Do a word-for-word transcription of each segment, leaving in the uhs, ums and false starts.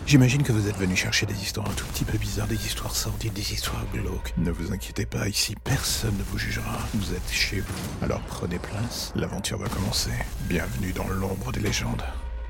J'imagine que vous êtes venu chercher des histoires un tout petit peu bizarres, des histoires sordides, des histoires glauques. Ne vous inquiétez pas, ici personne ne vous jugera. Vous êtes chez vous. Alors prenez place, l'aventure va commencer. Bienvenue dans l'ombre des légendes.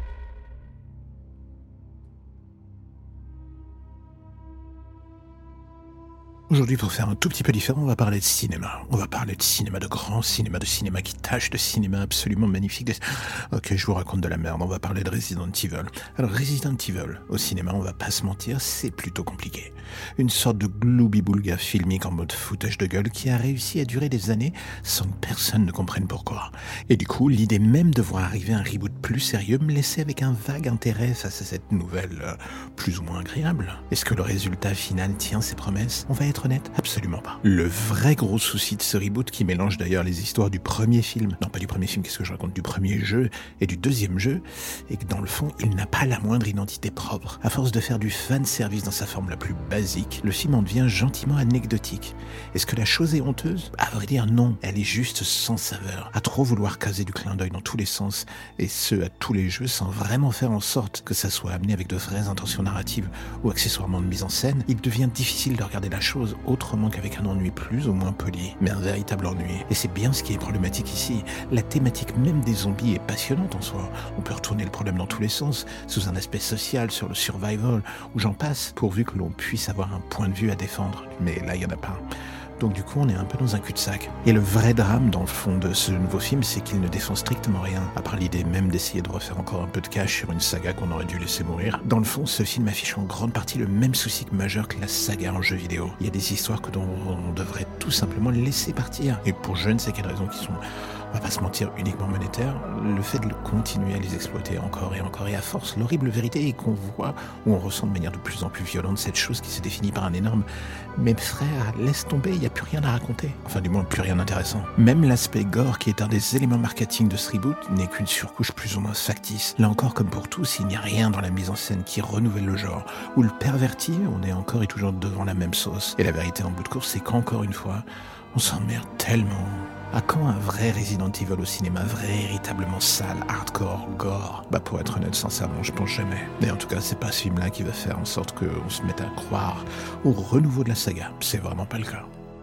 Aujourd'hui, pour faire un tout petit peu différent, on va parler de cinéma. On va parler de cinéma, de grand cinéma, de cinéma qui tâche, de cinéma absolument magnifique. De... Ok, je vous raconte de la merde, on va parler de Resident Evil. Alors, Resident Evil, au cinéma, on va pas se mentir, c'est plutôt compliqué. Une sorte de gloubi-boulga filmique en mode foutage de gueule qui a réussi à durer des années sans que personne ne comprenne pourquoi. Et du coup, l'idée même de voir arriver un reboot plus sérieux me laissait avec un vague intérêt face à cette nouvelle euh, plus ou moins agréable. Est-ce que le résultat final tient ses promesses? On va être honnête, absolument pas. Le vrai gros souci de ce reboot, qui mélange d'ailleurs les histoires du premier film, non pas du premier film, qu'est-ce que je raconte, du premier jeu et du deuxième jeu, et que dans le fond, il n'a pas la moindre identité propre. À force de faire du fanservice dans sa forme la plus basique, le film en devient gentiment anecdotique. Est-ce que la chose est honteuse? À vrai dire, non. Elle est juste sans saveur. À trop vouloir caser du clin d'œil dans tous les sens, et ce, à tous les jeux, sans vraiment faire en sorte que ça soit amené avec de vraies intentions narratives ou accessoirement de mise en scène, il devient difficile de regarder la chose autrement qu'avec un ennui plus ou moins poli, mais un véritable ennui. Et c'est bien ce qui est problématique ici. La thématique même des zombies est passionnante en soi. On peut retourner le problème dans tous les sens, sous un aspect social, sur le survival, ou j'en passe, pourvu que l'on puisse avoir un point de vue à défendre. Mais là, il n'y en a pas. Donc du coup, on est un peu dans un cul-de-sac. Et le vrai drame, dans le fond, de ce nouveau film, c'est qu'il ne défend strictement rien, à part l'idée même d'essayer de refaire encore un peu de cash sur une saga qu'on aurait dû laisser mourir. Dans le fond, ce film affiche en grande partie le même souci majeur que la saga en jeu vidéo. Il y a des histoires que dont on devrait tout simplement laisser partir. Et pour je ne sais quelle raison qui sont... on va pas se mentir, uniquement monétaire, le fait de le continuer à les exploiter encore et encore, et à force, l'horrible vérité est qu'on voit, ou on ressent de manière de plus en plus violente cette chose qui se définit par un énorme « mais frère, laisse tomber, il n'y a plus rien à raconter ». Enfin, du moins, plus rien d'intéressant. Même l'aspect gore, qui est un des éléments marketing de ce reboot, n'est qu'une surcouche plus ou moins factice. Là encore, comme pour tous, il n'y a rien dans la mise en scène qui renouvelle le genre, ou le pervertit, on est encore et toujours devant la même sauce. Et la vérité en bout de course, c'est qu'encore une fois, on s'emmerde tellement. À quand un vrai Resident Evil au cinéma, véritablement sale, hardcore, gore? Bah pour être honnête, sincèrement, je pense jamais. Mais en tout cas, c'est pas ce film-là qui va faire en sorte qu'on se mette à croire au renouveau de la saga. C'est vraiment pas le cas.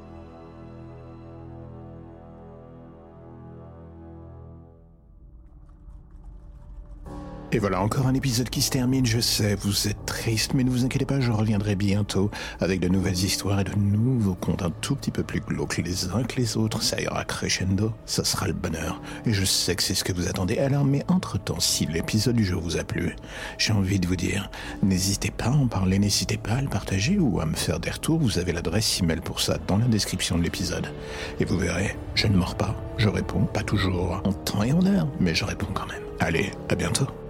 Et voilà encore un épisode qui se termine, je sais, vous êtes triste, mais ne vous inquiétez pas, je reviendrai bientôt avec de nouvelles histoires et de nouveaux contes un tout petit peu plus glauques les uns que les autres, ça ira crescendo, ça sera le bonheur, et je sais que c'est ce que vous attendez. Alors, mais entre-temps, si l'épisode du jour vous a plu, j'ai envie de vous dire, n'hésitez pas à en parler, n'hésitez pas à le partager ou à me faire des retours, vous avez l'adresse email pour ça dans la description de l'épisode. Et vous verrez, je ne mords pas, je réponds, pas toujours en temps et en heure, mais je réponds quand même. Allez, à bientôt.